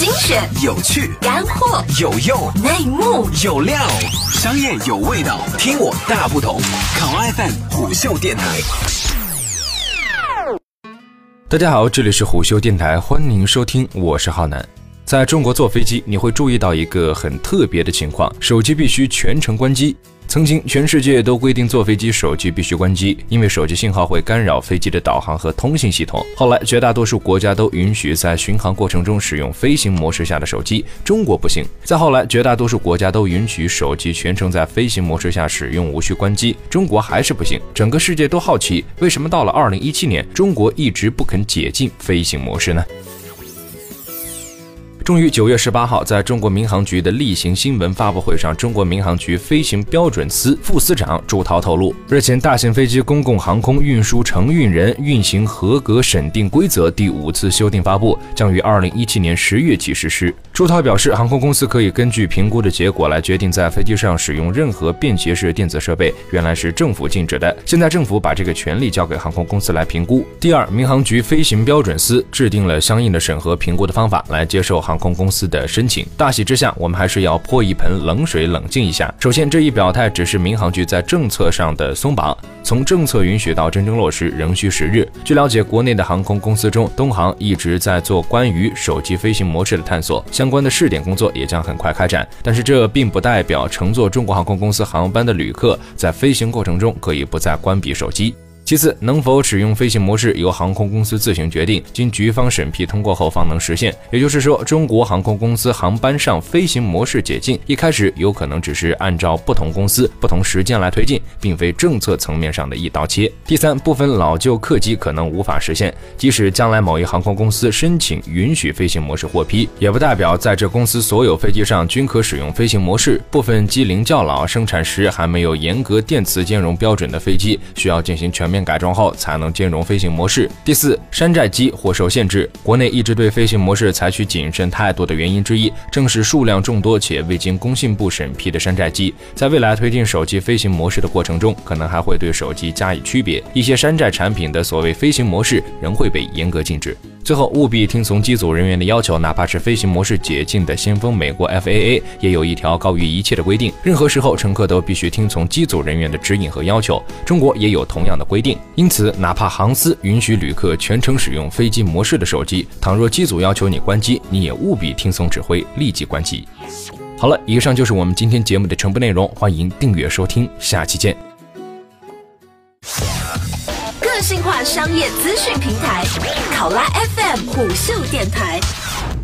精选、 有趣、 干货、 有用、 内幕、 有料，商业有味道，听我大不同。考 FM 虎嗅电台。 大家好，这里是虎嗅电台，欢迎收听，我是浩南。在中国坐飞机，你会注意到一个很特别的情况，手机必须全程关机。曾经全世界都规定坐飞机手机必须关机，因为手机信号会干扰飞机的导航和通信系统。后来绝大多数国家都允许在巡航过程中使用飞行模式下的手机，中国不行。再后来绝大多数国家都允许手机全程在飞行模式下使用，无需关机，中国还是不行。整个世界都好奇，为什么到了2017年，中国一直不肯解禁飞行模式呢？终于9月18号，在中国民航局的例行新闻发布会上，中国民航局飞行标准司副司长朱涛透露，日前大型飞机公共航空运输承运人运行合格审定规则第5次修订发布，将于2017年10月起实施。朱涛表示，航空公司可以根据评估的结果来决定在飞机上使用任何便携式电子设备，原来是政府禁止的，现在政府把这个权利交给航空公司来评估。第二，民航局飞行标准司制定了相应的审核评估的方法来接受航空公司的申请。大喜之下，我们还是要泼一盆冷水冷静一下。首先，这一表态只是民航局在政策上的松绑，从政策允许到真正落实仍需时日。据了解，国内的航空公司中，东航一直在做关于手机飞行模式的探索，相关的试点工作也将很快开展。但是这并不代表乘坐中国航空公司航班的旅客在飞行过程中可以不再关闭手机。其次，能否使用飞行模式由航空公司自行决定，经局方审批通过后方能实现。也就是说，中国航空公司航班上飞行模式解禁，一开始有可能只是按照不同公司、不同时间来推进，并非政策层面上的一刀切。第三，部分老旧客机可能无法实现，即使将来某一航空公司申请允许飞行模式获批，也不代表在这公司所有飞机上均可使用飞行模式。部分机龄较老、生产时还没有严格电磁兼容标准的飞机，需要进行全面改装后才能兼容飞行模式。第四，山寨机或受限制。国内一直对飞行模式采取谨慎态度的原因之一，正是数量众多且未经工信部审批的山寨机。在未来推进手机飞行模式的过程中，可能还会对手机加以区别，一些山寨产品的所谓飞行模式仍会被严格禁止。最后，务必听从机组人员的要求，哪怕是飞行模式解禁的先锋美国 FAA 也有一条高于一切的规定，任何时候乘客都必须听从机组人员的指引和要求。中国也有同样的规定，因此哪怕航司允许旅客全程使用飞机模式的手机，倘若机组要求你关机，你也务必听从指挥，立即关机。好了，以上就是我们今天节目的全部内容，欢迎订阅收听，下期见。 个性化商业资讯平台，考拉 FM 虎嗅电台。